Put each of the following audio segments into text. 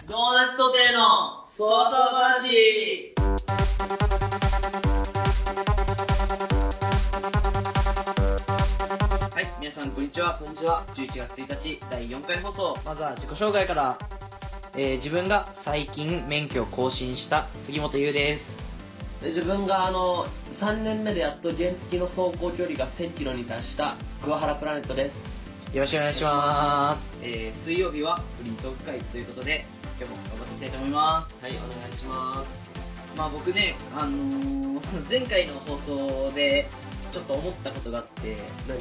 ドーナツソテーの外話。はい、皆さんこんにちは。こんにちは。11月1日第4回放送。まずは自己紹介から。自分が最近免許を更新した杉本優です。 自分が3年目でやっと原付の走行距離が1000キロに達した桑原プラネットです。 よろしくお願いします。水曜日はフリートーク会ということで今日も頑張っていきたいと思います。 はい、お願いします。 まあ僕ね、前回の放送でちょっと思ったことがあって、 何？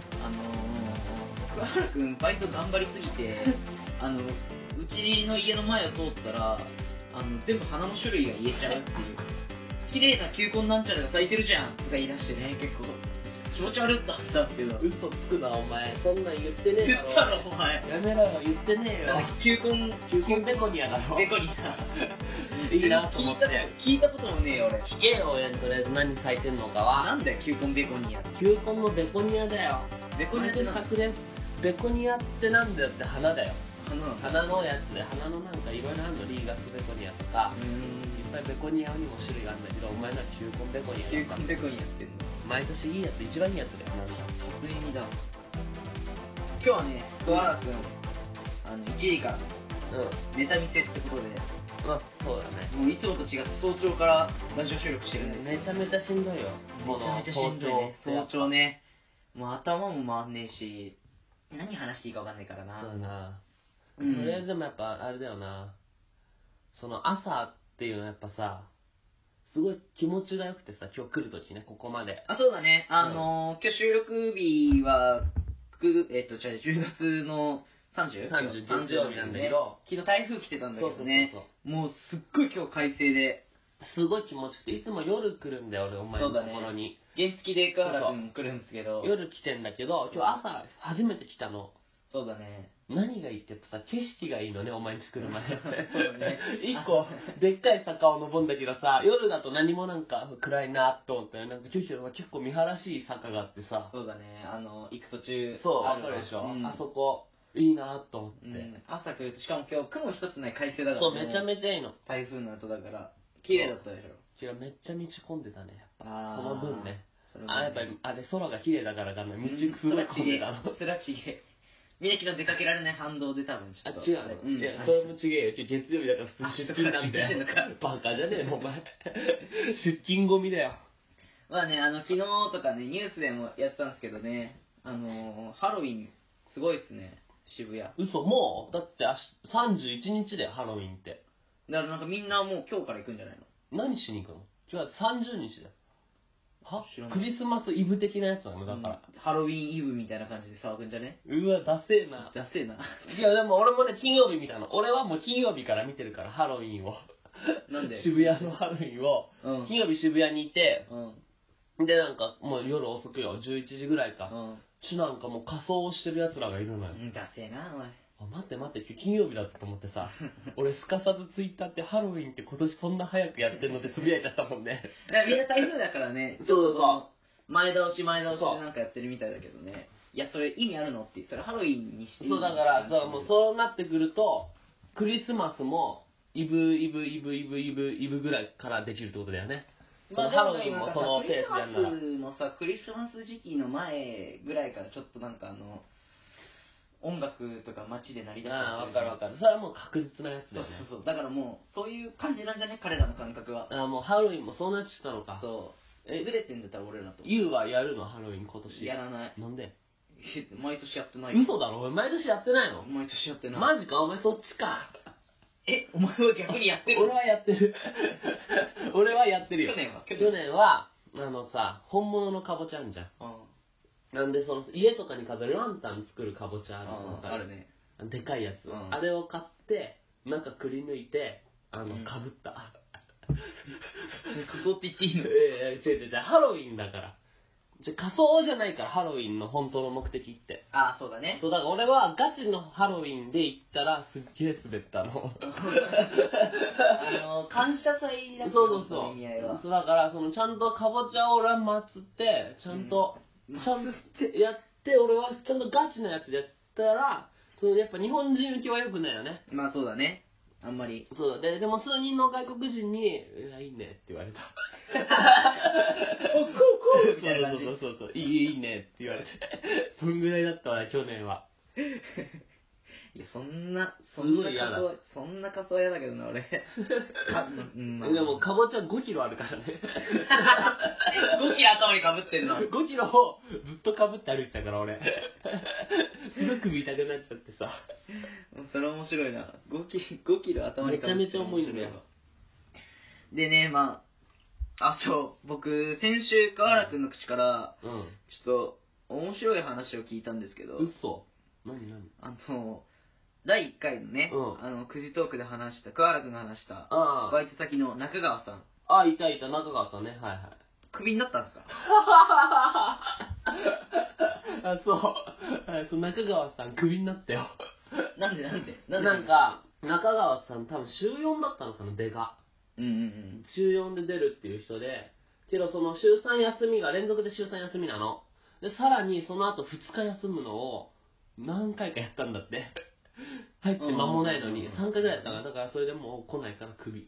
桑原くんバイト頑張りすぎてうちの家の前を通ったら全部花の種類が言えちゃうっていう綺麗な球根なんちゃらが咲いてるじゃんとか言い出してね、結構気持ち悪いって思ったんですけど。 嘘つくなお前、そんなん言ってねえだろ。 言ったろお前。 やめろよ、言ってねえよ。 球根ベコニアだろ。 ベコニアいいなと思って聞いたこともねえよ俺。 聞けよ親にとりあえず何咲いてんのかは。 なんだよ球根ベコニア。 球根のベコニアだよ。 ベコニアって作でベコニアってなんだよって花だよ。 花のやつで、花のなんかいろいろあるの、リーガスベコニアとかいっぱいベコニアにも種類があるんだけど、お前のは球根ベコニアだ球った。 根ベコニアってんの毎年いいやつ、一番いいやつだよ。 初耳だ。今日はね、桑原くん1時からネタ見せってことで、 まあそうだね。 もういつもと違って早朝からラジオ収録してるんで、 めちゃめちゃしんどいよ。 めちゃめちゃしんどいね。早朝ね、もう頭も回んねえし、何話していいか分かんないからな。 そうだな。とりあえずでもやっぱあれだよな、その朝っていうのはやっぱさ、すごい気持ちが良くてさ、今日来るときね、ここまで。 あ、そうだね。今日収録日は10月の30 月曜日なんだけど、 昨日台風来てたんだけどね。もうすっごい今日快晴で、 すごい気持ちよくて、いつも夜来るんだよ俺、お前のところに。 原付で桑原くん来るんですけど、 夜来てんだけど、今日朝初めて来たの。 そうだね。 何がいいってやっぱさ、景色がいいのね、お前に来る前。 そうだね。 一個、でっかい坂を登るんだけどさ、夜だと何もなんか暗いなと思ったら、なんか結構見晴らしい坂があってさ。 そうだね。行く途中。 そう、わかるでしょ、あそこ、いいなと思って。 朝来ると、しかも今日雲一つない快晴だからそう、めちゃめちゃいいの。 台風の後だから、綺麗だったでしょ。 違う、めっちゃ道混んでたね、やっぱ。その分ね。 やっぱり、あれ、空が綺麗だからかな、道すごい混んでたの。 それはちげえ。みんな昨日出かけられない反動で多分ちょっと。 違うの。いや、それも違えよ。月曜日だから普通に出勤なんだよ。バカじゃねえの、お前。出勤ゴミだよ。 まあね、昨日とかね、ニュースでもやってたんですけどね、ハロウィン、すごいっすね、渋谷。 嘘、もうだって31日だよ、ハロウィンって。 だからなんかみんなもう今日から行くんじゃないの？ 何しに行くの？違う、30日だよ。は？クリスマスイブ的なやつなのだから、 ハロウィンイブみたいな感じで騒ぐんじゃね？ うわ、ダセえな。 ダセえな。 いや、でも俺もね、金曜日見たの。俺はもう金曜日から見てるから、ハロウィンを。 なんで？ 渋谷のハロウィンを、金曜日渋谷にいて、で、なんか、もう夜遅くよ、11時ぐらいか。なんかもう仮装をしてる奴らがいるのよ。 ダセえな、おい。 待って待って、金曜日だと思ってさ、俺すかさずツイッターってハロウィンって今年そんな早くやってんのってつぶやいちゃったもんね。 みんな台風だからね、 そう前倒しでなんかやってるみたいだけどね。いや、それ意味あるのって、それハロウィンにしていい。 そうだから、もうそうなってくると、クリスマスも、イブぐらいからできるってことだよね。 まあ、 ハロウィンもそのペースでやるなら。 クリスマス時期の前ぐらいからちょっとなんか音楽とか街で鳴り出してる。 わかるわかる。それはもう確実なやつだよね。 そう。だからもう、そういう感じなんじゃね、彼らの感覚は。 もうハロウィンもそうなっちゃったのか。 そう。ずれてんだったら俺らと。 ユウはやるの、ハロウィン今年。 やらない。 なんで？ 毎年やってない。 嘘だろ、お前毎年やってないの？ 毎年やってない。 マジか、お前そっちか。 お前は逆にやってる？ 俺はやってる。俺はやってるよ。去年は、本物のかぼちゃあんじゃん。なんで、家とかに飾るランタン作るかぼちゃあるの。 あるね。 でかいやつ。あれを買って、中くり抜いて、かぶった。 仮装って言っていいの？ 違う、ハロウィンだから。仮装じゃないから、ハロウィンの本当の目的って。 ああ、そうだね。 そう、だから俺はガチのハロウィンで行ったらすっげえ滑ったの。 感謝祭だったそう。 意味合いは。 そうだから、ちゃんとかぼちゃを俺は祀って、ちゃんとやって、俺はちゃんとガチのやつでやったら、やっぱ日本人受けは良くないよね。 まあそうだね。 あんまり。 そうでも数人の外国人に、いや、いいねって言われた。 おこうみたいな感じ。 そう、いいねって言われて。そんぐらいだったわ、去年は。 いや、そんな仮装嫌だけどな、俺。 でも、かぼちゃ5キロあるからね。 5キロ頭にかぶってんの。 5キロをずっとかぶって歩いてたから、俺。すごく首痛くなっちゃってさ。 それ面白いな。5キロ頭にかぶって。 めちゃめちゃ重いんだよ。 でね、僕、先週、河原くんの口から、ちょっと、面白い話を聞いたんですけど。 嘘？何？ 第1回のね、くじトークで話した、桑原くんが話した、バイト先の中川さん。 いた、中川さんね。はいはい。 クビになったんですか？ そう、中川さんクビになったよ。 なんでなんか、中川さん多分週4だったのかな、出が。週4で出るっていう人で、けどその週3休みが連続で週3休みなの。で、さらにその後2日休むのを何回かやったんだって。入って間もないのに、3回ぐらいやったから、だからそれでもう来ないからクビ。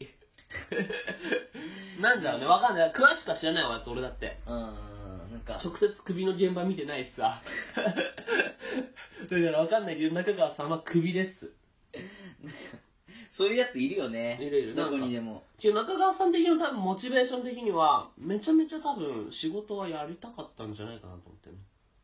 なんだろうね、わかんない。詳しくは知らないわ、俺だって。 なんか。 直接クビの現場見てないしさ。だからわかんないけど、中川さんはクビです。 そういうやついるよね。 いる。 どこにでも。 中川さん的に多分モチベーション的には、めちゃめちゃ多分仕事はやりたかったんじゃないかなと思ってね。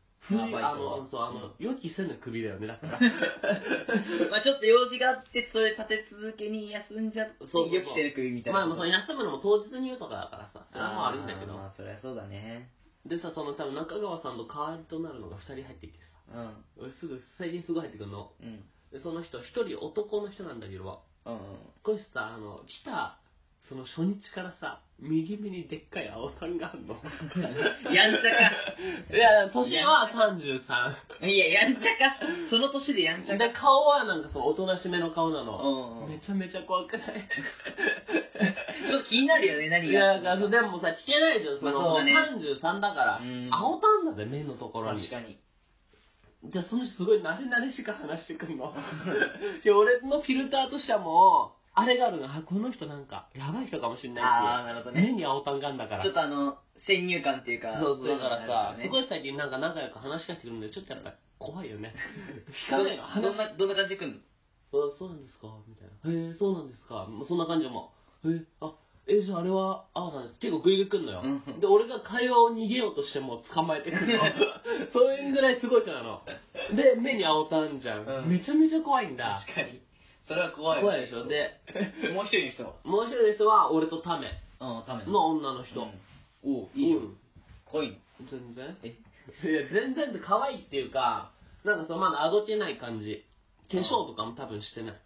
予期せぬ首だよね、だから。 ちょっと用事があって、それ立て続けに休んじゃって、予期せぬ首みたいな。 休むのも当日に言うとかだからさ、それはもう悪いんだけど。 そりゃそうだね。 でさ、多分中川さんの代わりとなるのが2人入ってきてさ、最近すぐ入ってくるの。で、その人、1人男の人なんだけど、こいつさ、来た、その初日からさ、右目にでっかい青さんがあんの。 やんちゃか。 いや、年は33。 いや、やんちゃか。その年でやんちゃか。 で、顔はなんかおとなしめの顔なの。めちゃめちゃ怖くない？ ちょっと気になるよね、何が。 いや、でもさ、聞けないじゃん。33だから、青たんだぜ、目のところに。 確かに。 じゃあその人すごい慣れしか話してくんの。で、俺のフィルターとしてはもう、あれがあるの。この人なんか、やばい人かもしんないっていう。 なるほどね。 目に青たんがあんだから。 ちょっと先入観っていうか。 そう、だからさ、すごい最近なんか仲良く話しかけてくるんで、ちょっとやっぱ怖いよね。聞かないの。 どんな感じで来んの？ そうなんですかみたいな。へえ、そうなんですか。そんな感じでも。じゃああれは、なんです。結構グイグイ来んのよ。で、俺が会話を逃げようとしても捕まえてくるの。そういうぐらいすごい人なの。で、目に青たんじゃん。めちゃめちゃ怖いんだ。 確かに。それは怖い。 怖いでしょ。で、 もう一人の人は俺とタメの女の人。 いいよ。濃いの？ 全然？いや、全然って可愛いっていうか、なんかまだあどけない感じ。化粧とかも多分してない。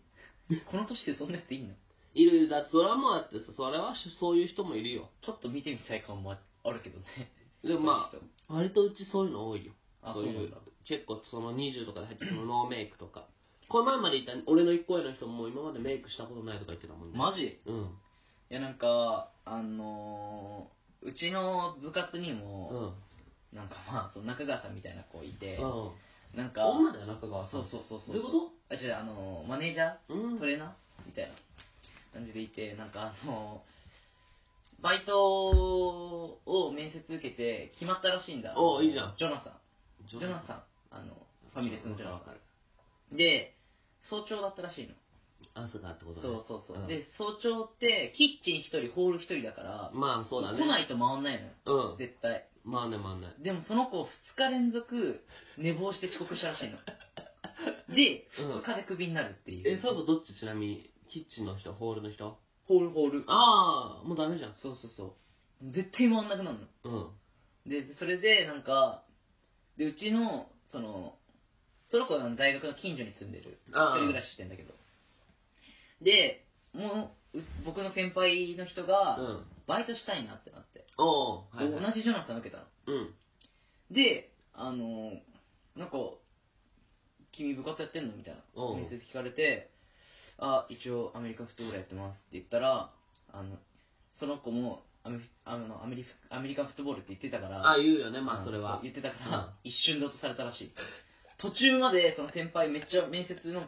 この年でそんなやついんの？ いる。だってそれはもうだってさ、それはそういう人もいるよ。 ちょっと見てみたい感もあるけどね。 でも割とうちそういうの多いよ。 そういう。 結構その20とかで入ってるノーメイクとか。この前までいた俺の一個上の人も今までメイクしたことないとか言ってたもんね。 マジ？ いやなんか、うちの部活にも、なんかその中川さんみたいな子いて、なんか、 女だよ、中川さん。 そう。 どういうこと？ 違う、マネージャー、トレーナーみたいな感じでいて、なんかバイトを面接受けて決まったらしいんだ。 いいじゃん。 ジョナサン、ファミレスのジョナサン。で、早朝だったらしいの。 朝だってことね。そう。で、早朝ってキッチン1人、ホール1人だから、 そうだね。 来ないと回んないのよ。絶対。 回んない。 でもその子2日連続寝坊して遅刻したらしいの。で、2日でクビになるっていう。 そうどっちちなみに、キッチンの人、ホールの人？ ホール。 もうダメじゃん。 そう。絶対回んなくなるの。で、それで、なんか、で、うちの、その子は大学の近所に住んでる。一人暮らししてんだけど。で、もう、僕の先輩の人が、バイトしたいなってなって。同じジョナサン受けたの。で、なんか、君部活やってんのみたいな。面接聞かれて、一応アメリカンフットボールやってますって言ったら、その子もアメリカンフットボールって言ってたから、 言うよね、それは。 言ってたから、一瞬で落とされたらしい。途中までその先輩めっちゃ面接の子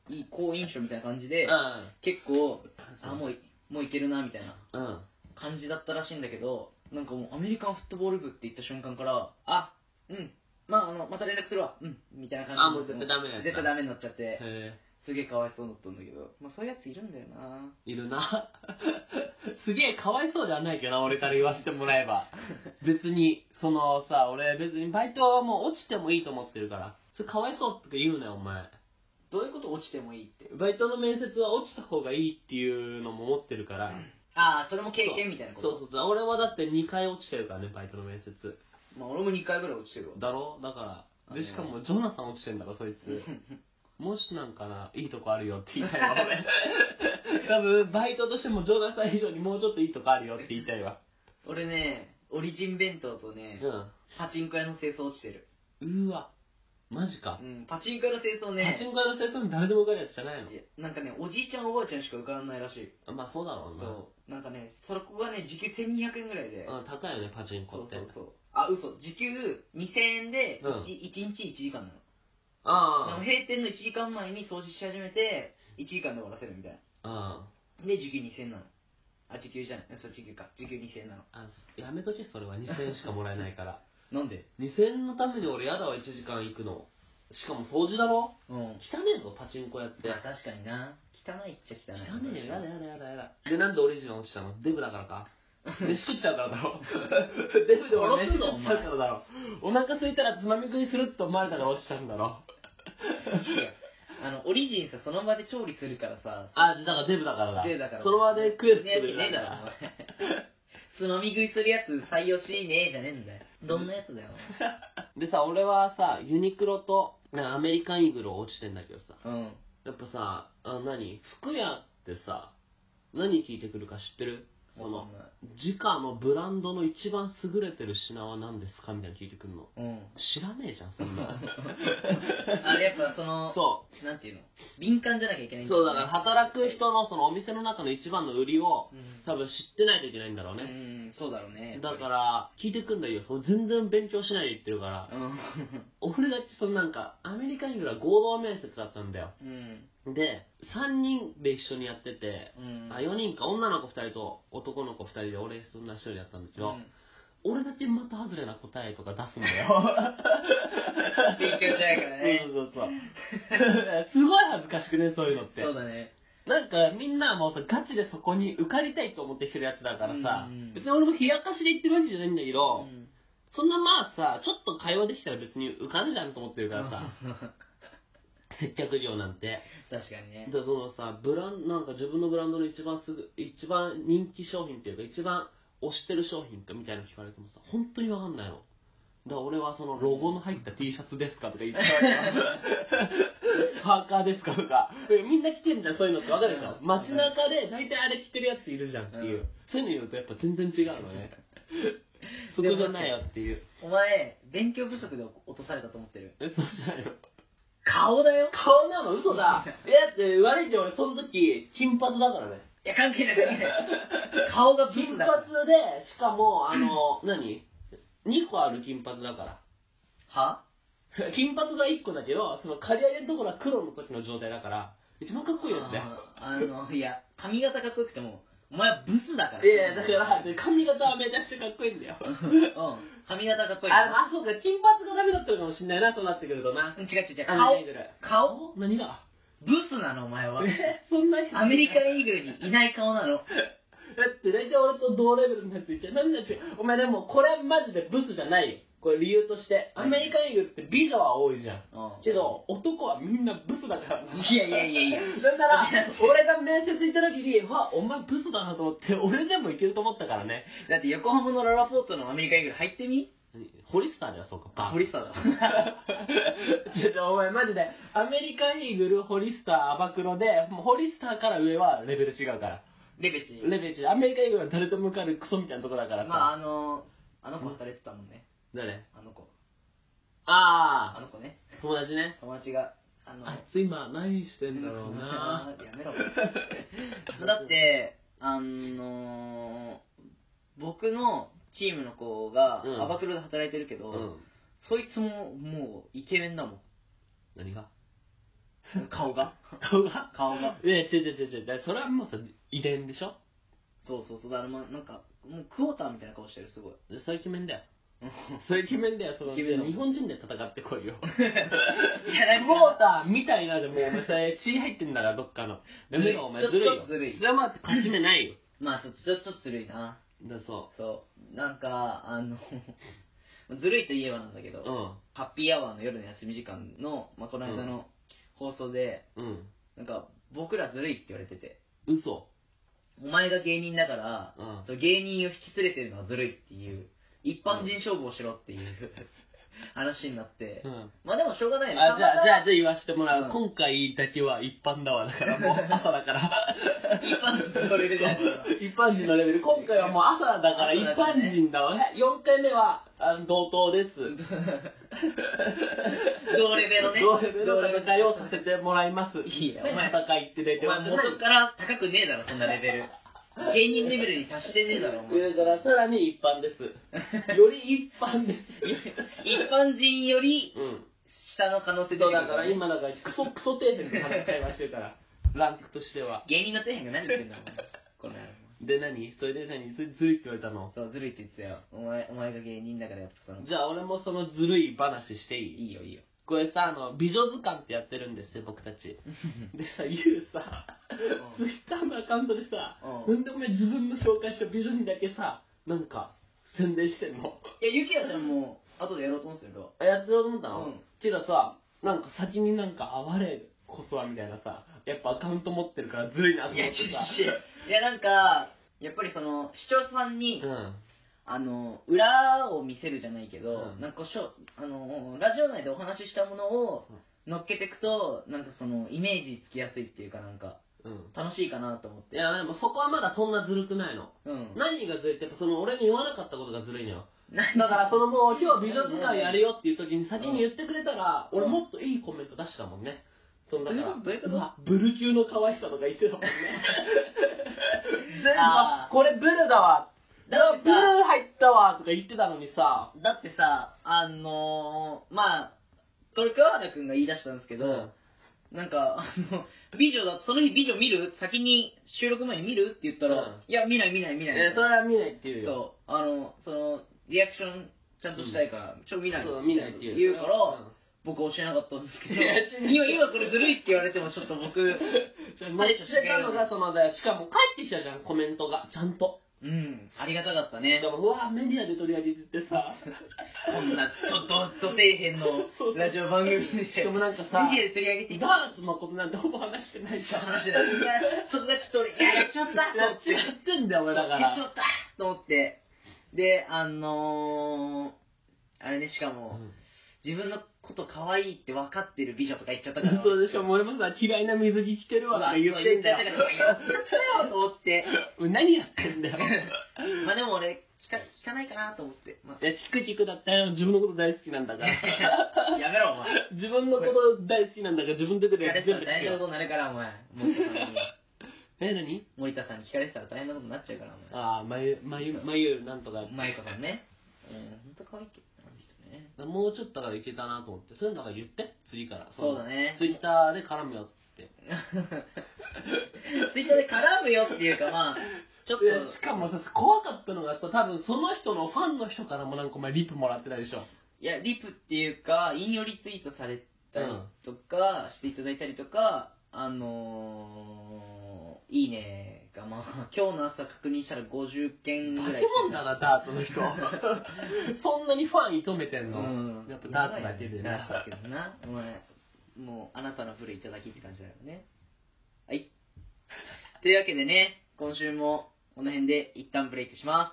いい好印象みたいな感じで、結構、もういけるなみたいな感じだったらしいんだけど、なんかもうアメリカンフットボール部って言った瞬間から、また連絡するわ、みたいな感じで、 もう絶対ダメになっちゃって、すげえかわいそうだったんだけど、そういうやついるんだよな。 いるな。すげえかわいそうではないけどな、俺から言わせてもらえば。別に、俺別にバイトはもう落ちてもいいと思ってるから。それかわいそうって言うなよ、お前。 どういうこと落ちてもいいって？ バイトの面接は落ちた方がいいっていうのも思ってるから。 それも経験みたいなこと？ そう。俺はだって2回落ちてるからね、バイトの面接。 俺も2回ぐらい落ちてるわ。 だろ？だから。で、しかもジョナサン落ちてんだろ、そいつ。もしなんかな、いいとこあるよって言いたいわ、俺。多分、バイトとしてもジョナサン以上にもうちょっといいとこあるよって言いたいわ。 俺ね、オリジン弁当とね、パチンコ屋の清掃落ちてる。 うわ。マジか。 パチンコ屋の清掃ね。 パチンコ屋の清掃に誰でも受かるやつじゃないの？ なんかね、おじいちゃんおばあちゃんしか受からないらしい。 そうだろうな。 そう。なんかね、そこがね、時給1200円ぐらいで。 高いよね、パチンコって。 そう。嘘。時給2000円で 1日1時間なの。閉店の1時間前に掃除し始めて、1時間で終わらせるみたいな。で、時給2000円なの。時給じゃない。時給か。時給2000円なの。 やめとけ、それは。2000円しかもらえないから。 なんで？ 2000円のために俺やだわ、1時間行くの。しかも掃除だろ？汚ねえぞ、パチンコやって。 確かにな。汚いっちゃ汚い。 汚ねえよ、やだ。で、なんでオリジナル落ちたの？デブだからか？飯食っちゃうからだろ。デブで俺飯食っちゃうからだろ。お腹空いたらつまみ食いするって思われたから落ちちゃうんだろ。 オリジンさ、その場で調理するからさ。 だからデブだからだ。その場で食えるってねえだろ、つまみ食いするやつ採用しねえじゃねえんだよ。どんなやつだよ。 でさ、俺はさ、ユニクロとアメリカンイーグル落ちてんだけどさ。やっぱさ、服屋ってさ、何聞いてくるか知ってる？自家のブランドの一番優れてる品は何ですかみたいな聞いてくるの。知らねえじゃん、そんな。 やっぱなんていうの、敏感じゃなきゃいけないんだよね。そう、だから働く人のお店の中の一番の売りを、多分知ってないといけないんだろうね。 そうだろうね。 だから、聞いてくんだよ。全然勉強しないで言ってるから。俺だってアメリカンイーグルは合同面接だったんだよ。で、3人で一緒にやってて、4人か、女の子2人と男の子2人で、俺そんな1人やったんだけど、俺だけまた外れな答えとか出すんだよ。 勉強しないからね。 そう。すごい恥ずかしくね、そういうのって。 そうだね。 みんなもうガチでそこに受かりたいと思ってきてるやつだからさ、別に俺も冷やかしで言ってるわけじゃないんだけど、そんなちょっと会話できたら別に受かるじゃんと思ってるからさ。接客業なんて。 確かにね。 自分のブランドの一番人気商品っていうか、一番推してる商品かみたいなの聞かれてもさ、本当にわかんないの。だから俺はロゴの入った T シャツですかとか言ってパーカーですかとか、みんな着てんじゃん、そういうのってわかるでしょ？街中で大体あれ着てるやついるじゃんっていう。そういうの言うとやっぱ全然違うのね。そこじゃないよっていう。 お前、勉強不足で落とされたと思ってる？ そうじゃないの。 顔だよ。 顔なの？嘘だ。だって悪いけど俺その時金髪だからね。 いや関係ない。顔が金髪で、しかも2個ある金髪だから。 は？ 金髪が1個だけど、刈り上げのところは黒の時の状態だから、一番かっこいいやつだよ。 いや、髪型かっこよくても、お前はブスだから。 いや、だから髪型はめちゃくちゃかっこいいんだよ。 髪型かっこいい。 そうか、金髪がダメだったのかもしんないな、そうなってくるとな。 違う。 顔？何が？ ブスなの、お前は。 そんなアメリカンイーグルにいない顔なの。 だって大体俺と同レベルのやついて、なんだち、お前でもこれマジでブスじゃないよ。これ理由として。アメリカンイーグルって美女は多いじゃん。けど、男はみんなブスだからな。 いや。 だから、俺が面接行った時に、お前ブスだなと思って、俺でもいけると思ったからね。 だって横浜のララポートのアメリカンイーグル入ってみ？ ホリスターだよ、そうか。 ホリスターだ。 お前マジで、アメリカンイーグル、ホリスター、アバクロで、もうホリスターから上はレベル違うから。 レベチ。 アメリカンイーグルは誰とも受かるクソみたいなとこだからさ。 あの子働いてたもんね。 誰？ あの子。 あの子ね。 友達ね。 友達が。 今何してんだろうな。 やめろ。だって、僕のチームの子がアバクロで働いてるけど、そいつももうイケメンだもん。 何が？ 顔が違う。それはもうさ、遺伝でしょ。 そうだからなんかもうクォーターみたいな顔してるすごい。 そういうイケメンだよ。そういうイケメンだよ。その日本人で戦ってこいよ。クォーターみたいなでもうお前それ血入ってんだからどっかの。やめろお前ずるいよ。それはまあ勝ち目ないよ。 まあちょっとずるいな。そうなんかずるいといえばなんだけど、ハッピーアワーの夜の休み時間の、この間の放送で、なんか僕らずるいって言われてて。 嘘。 お前が芸人だから、芸人を引き連れてるのはずるいっていう、一般人勝負をしろっていう話になって、まあでもしょうがないね。 じゃあ言わしてもらう。今回だけは一般だわだから、もう朝だから。 一般人のレベルじゃないですか。 一般人のレベル。今回はもう朝だから一般人だわ。4回目は同等です。 同レベルのね。 同レベルの戦いをさせてもらいます。 いいや、 お前戦いって出てます。 元から高くねえだろ、そんなレベル。芸人レベルに達してねえだろ、お前。 だからさらに一般です。より一般です。 一般人より下の可能性だから今だからクソ底辺で会話してるから。ランクとしては。 芸人の底辺が何言ってんだお前。この野郎。 でそれでそれずるいって言われたの？ そう、ずるいって言ってたよ。お前が芸人だからやってたの。 じゃあ俺もそのずるい話していい？ いいよ。 これさ、美女図鑑ってやってるんですよ、僕たち。でさ、ゆうさ、ツイッターのアカウントでさ、なんでお前自分の紹介した美女にだけさ、なんか、宣伝してんの？ いや、ゆきやちゃんも、後でやろうと思ってたけど。 やってようと思ったの？けどさ、なんか先になんか、哀れこそはみたいなさ、やっぱアカウント持ってるからずるいなと思ってさ。 いや、なんか、やっぱり視聴者さんに、裏を見せるじゃないけど、なんかラジオ内でお話ししたものを乗っけていくと、なんかイメージつきやすいっていうかなんか、楽しいかなと思って。 いや、でもそこはまだそんなずるくないの。何がずるいって、やっぱ俺に言わなかったことがずるいのよ。だからもう今日美女図鑑やるよっていう時に先に言ってくれたら、俺もっといいコメント出したもんね。だから、ブル級の可愛さとか言ってたもんね。これブルだわ。ブルー入ったわとか言ってたのにさ。 だってさ、これ桑原くんが言い出したんですけど、なんか、美女だ、その日美女見る？先に収録前に見るって言ったら、いや、見ない。 それは見ないって言うよ。 そう、リアクションちゃんとしたいから、見ないって言うから、僕教えなかったんですけど、今これずるいって言われてもちょっと僕、 対処してたのがしかも帰ってきたじゃん、コメントが、ちゃんと。 ありがたかったね。 でも、うわメディアで取り上げてってさ、 こんなど底辺のラジオ番組でしかもなんかさ、 メディアで取り上げてダーツのことなんてほぼ話してないじゃん。 話してない。いや、そこがちょっと俺、やっちゃったやっちゃってんだよ、俺だから。 やっちゃったと思って。で、あれね、しかも、自分のこと可愛いって分かってる美女とか言っちゃったから。 そうでしょ、俺もさ、嫌いな水着着てるわとか言ってんだよ。 言っちゃったよと思って。 何やってんだよ。 まあでも俺、聞かないかなと思って。 いや、聞くだったよ。自分のこと大好きなんだから。 やめろ、お前。 自分のこと大好きなんだから、自分出てるやつ全部大変なことになるから、お前。 何？ 森田さんに聞かれてたら大変なことになっちゃうから、お前。 ああ、まゆなんとか。 まゆこさんね。ほんと可愛いけど。 もうちょっとからいけたなと思って。そういうのから言って、次から。 そうだね。 ツイッターで絡むよって。 ツイッターで絡むよっていうか、まあ、ちょっと。 しかもさ、怖かったのがさ、多分その人のファンの人からもなんかお前リプもらってたでしょ。 いや、リプっていうか、引用リツイートされたりとか、していただいたりとか、いいねが、まあ、今日の朝確認したら50件ぐらい。 化け物だな、ダーツの人。そんなにファン射止めてんの？やっぱダーツだけでな。 だけどな。お前、もう、あなたのブルいただきって感じだよね。はい。というわけでね、今週もこの辺で一旦ブレイクします。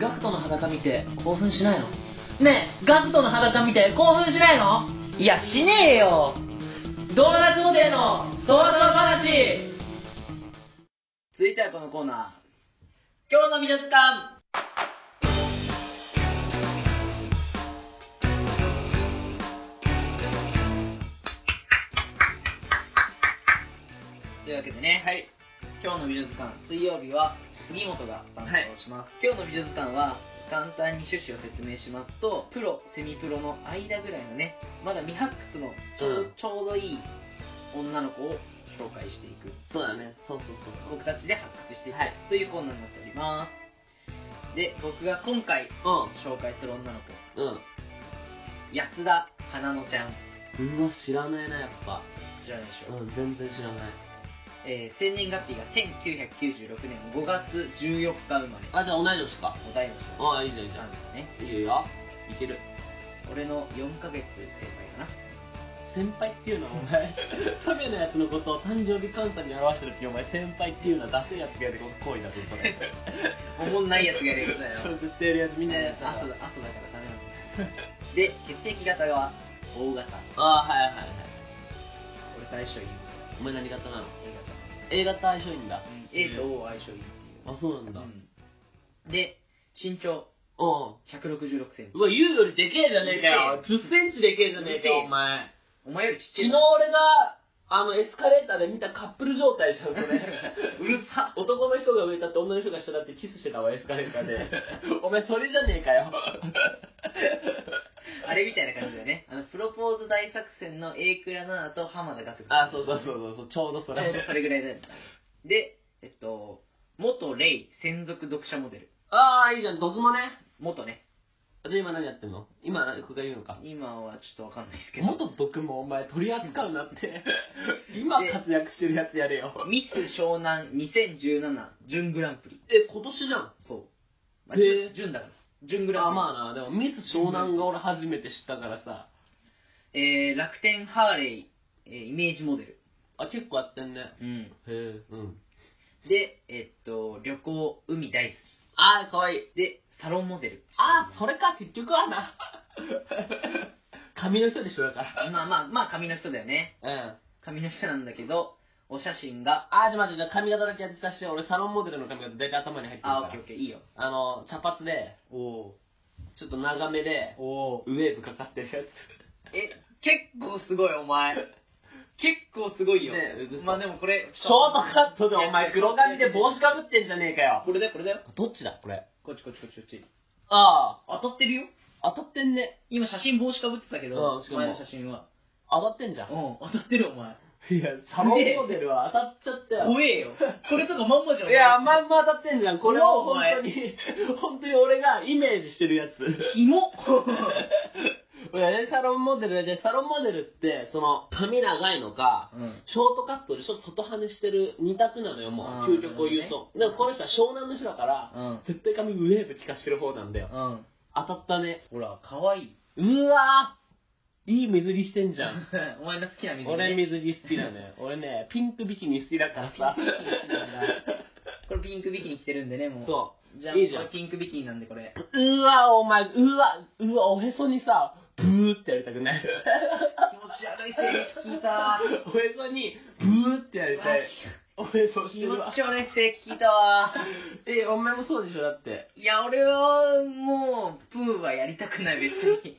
ガクトの裸見て興奮しないの？ねえ、ガクトの裸見て興奮しないの？いや、しねえよ。ドーナツホテルのそわそわ話。続いてはこのコーナー、今日の美女図鑑。というわけでね、今日の美女図鑑、水曜日は杉本が担当します。今日の美女図鑑は簡単に趣旨を説明しますと、プロ、セミプロの間ぐらいのね、まだ未発掘のちょうどいい女の子を紹介していく。 そうだね。そう。 僕たちで発掘していく、というコーナーになっております。で、僕が今回紹介する女の子。安田花乃ちゃん。 うわ、知らないな、やっぱ。 知らないでしょ。 全然知らない。 生年月日が1996年5月14日生まれ。 じゃあ同い年か。 同い年。 いいじゃん、いいじゃん。 ね。 いいよ。いける。 俺の4ヶ月先輩かな。 先輩っていうのはお前、トゲのやつのことを誕生日換算に表してるってお前、先輩っていうのはダセいやつがやる行為だぞ、それ。 おもんないやつがやるやつだよ。 そうしてるやつみんなやつだ。 朝だからダメなんだよ。で、血液型は O 型。 はい。 俺と相性いい。 お前何型なの？ A 型。 A 型相性いいんだ。 A と O 相性いいっていう。 そうなんだ。 で、身長。166センチ。 うわ、言うよりでけえじゃねえかよ。10センチでけえじゃねえかよ、お前。 お前よりちっちゃい。 昨日俺が、エスカレーターで見たカップル状態じゃん、それ。 うるさ。 男の人が上だって女の人が下だってキスしてたわ、エスカレーターで。お前それじゃねえかよ。 あれみたいな感じだよね。プロポーズ大作戦の A 倉奈々と浜田岳。 そう、ちょうどそれ。 ちょうどそれぐらいだよ。で、元レイ専属読者モデル。 いいじゃん、毒もね。 元ね。 じゃあ今何やってんの？今、ここが言うのか。 今はちょっとわかんないですけど。 元毒もお前取り扱うなって。今活躍してるやつやれよ。 ミス湘南2017準グランプリ。 今年じゃん。 そう。準だから。準グランプリ。 まあな、でもミス湘南が俺初めて知ったからさ。 楽天ハーレイ、イメージモデル。 結構やってんね。 で、旅行、海大好き。 かわいい。 で、サロンモデル。 それか、結局はな。髪の人でしょ、だから。 まあ、髪の人だよね。髪の人なんだけど、お写真が。 待って、髪型だけやってさして、俺サロンモデルの髪型大体頭に入ってるから。 オッケー、いいよ。 茶髪で、ちょっと長めで、ウェーブかかってるやつ。 結構すごい、お前。結構すごいよ。まあでもこれ、 ショートカットでお前黒髪で帽子かぶってんじゃねえかよ。 これだよ。 どっちだこれ。 こっち。当たってるよ。 当たってんね。 今写真帽子かぶってたけど、前の写真は。 当たってんじゃん。 当たってるお前。 いや、サロンモデルは当たっちゃったよ。 怖えよ。これとかまんまじゃん。 いや、まんま当たってんじゃん。これは本当に俺がイメージしてるやつ。 キモサロンモデルで、サロンモデルって、髪長いのか、ショートカットでちょっと外跳ねしてる二択なのよ、もう。究極を言うと。でもこの人は湘南の人だから、絶対髪ウェーブ効かしてる方なんだよ。当たったね。 ほら、かわいい。 うわぁいい水着してんじゃん。 お前の好きな水着。 俺水着好きなのよ。俺ね、ピンクビキニ好きだからさ。 これピンクビキニ着てるんでね、もう。 そう。 じゃあ、これピンクビキニなんでこれ。 お前、おへそにさ、ブーってやりたくない。 気持ち悪いセリフ聞いた。 おへそに、ブーってやりたい。おへそしてるわ。 気持ち悪いセリフ聞いたわ。 お前もそうでしょ、だって。 いや、俺は、もう、プーはやりたくない、別に。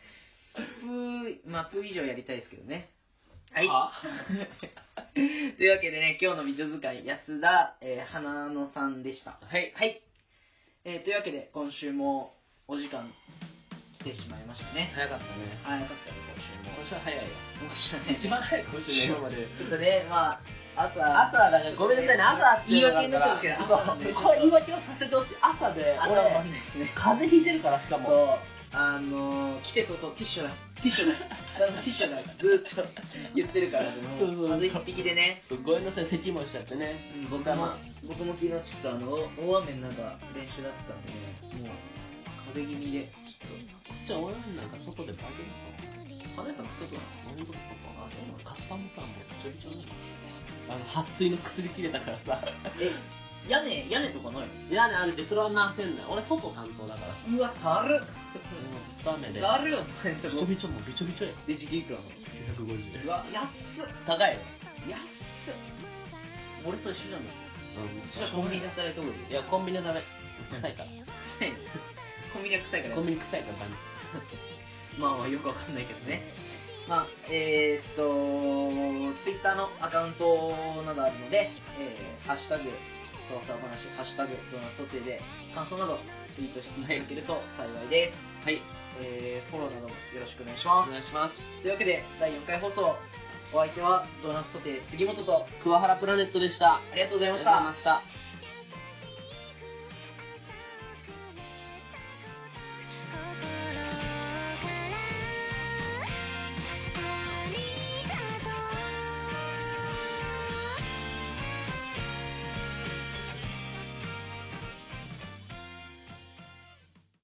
プー以上やりたいですけどね。はい。というわけでね、今日の美女使い、安田、花野さんでした。はい。というわけで、今週もお時間来てしまいましたね。 早かったね、 今週も。 今週は早いよ。 一番早いかもしれない、 今まで。 ちょっとね、朝だからごめんなさいね、朝って言い訳になっちゃうけど、 これ言い訳をさせてほしい。朝で、俺、風邪ひいてるから、しかも。 そう。来てティッシュだ。ずーっと言ってるから、風邪一匹でね。 ごめんなさい、咳もしちゃってね。 僕も昨日ちょっと大雨の中練習だったんでね、もう風邪気味で、 じゃあ俺なんか外でバイトだった花屋さん外なの？ 俺のとこそうなの。カッパもさ、もうちょいちょい撥水の薬切れたからさ。 屋根とかないの？ 屋根あるって、それはなせんねん。俺外担当だから。 うわ、たるダメで。 たるよ、お前。 びちょびちょ、もうびちょびちょや。 で、時給いくらなの？950。うわ、安っ。 高いよ。 安っ。俺と一緒なんだ。じゃあコンビニで働いた方がいい？ いや、コンビニはダメ。臭いから。 コンビニは臭いから。 コンビニ臭いからダメ。 まあよくわかんないけどね。Twitter のアカウントなどあるので、ハッシュタグ、そわそわ話、ハッシュタグ、ドーナツソテーで感想などツイートしていただけると幸いです。 はい。 フォローなどもよろしくお願いします。 お願いします。 というわけで、第4回放送、お相手はドーナツソテー杉本と桑原プラネットでした。 ありがとうございました。 ありがとうございました。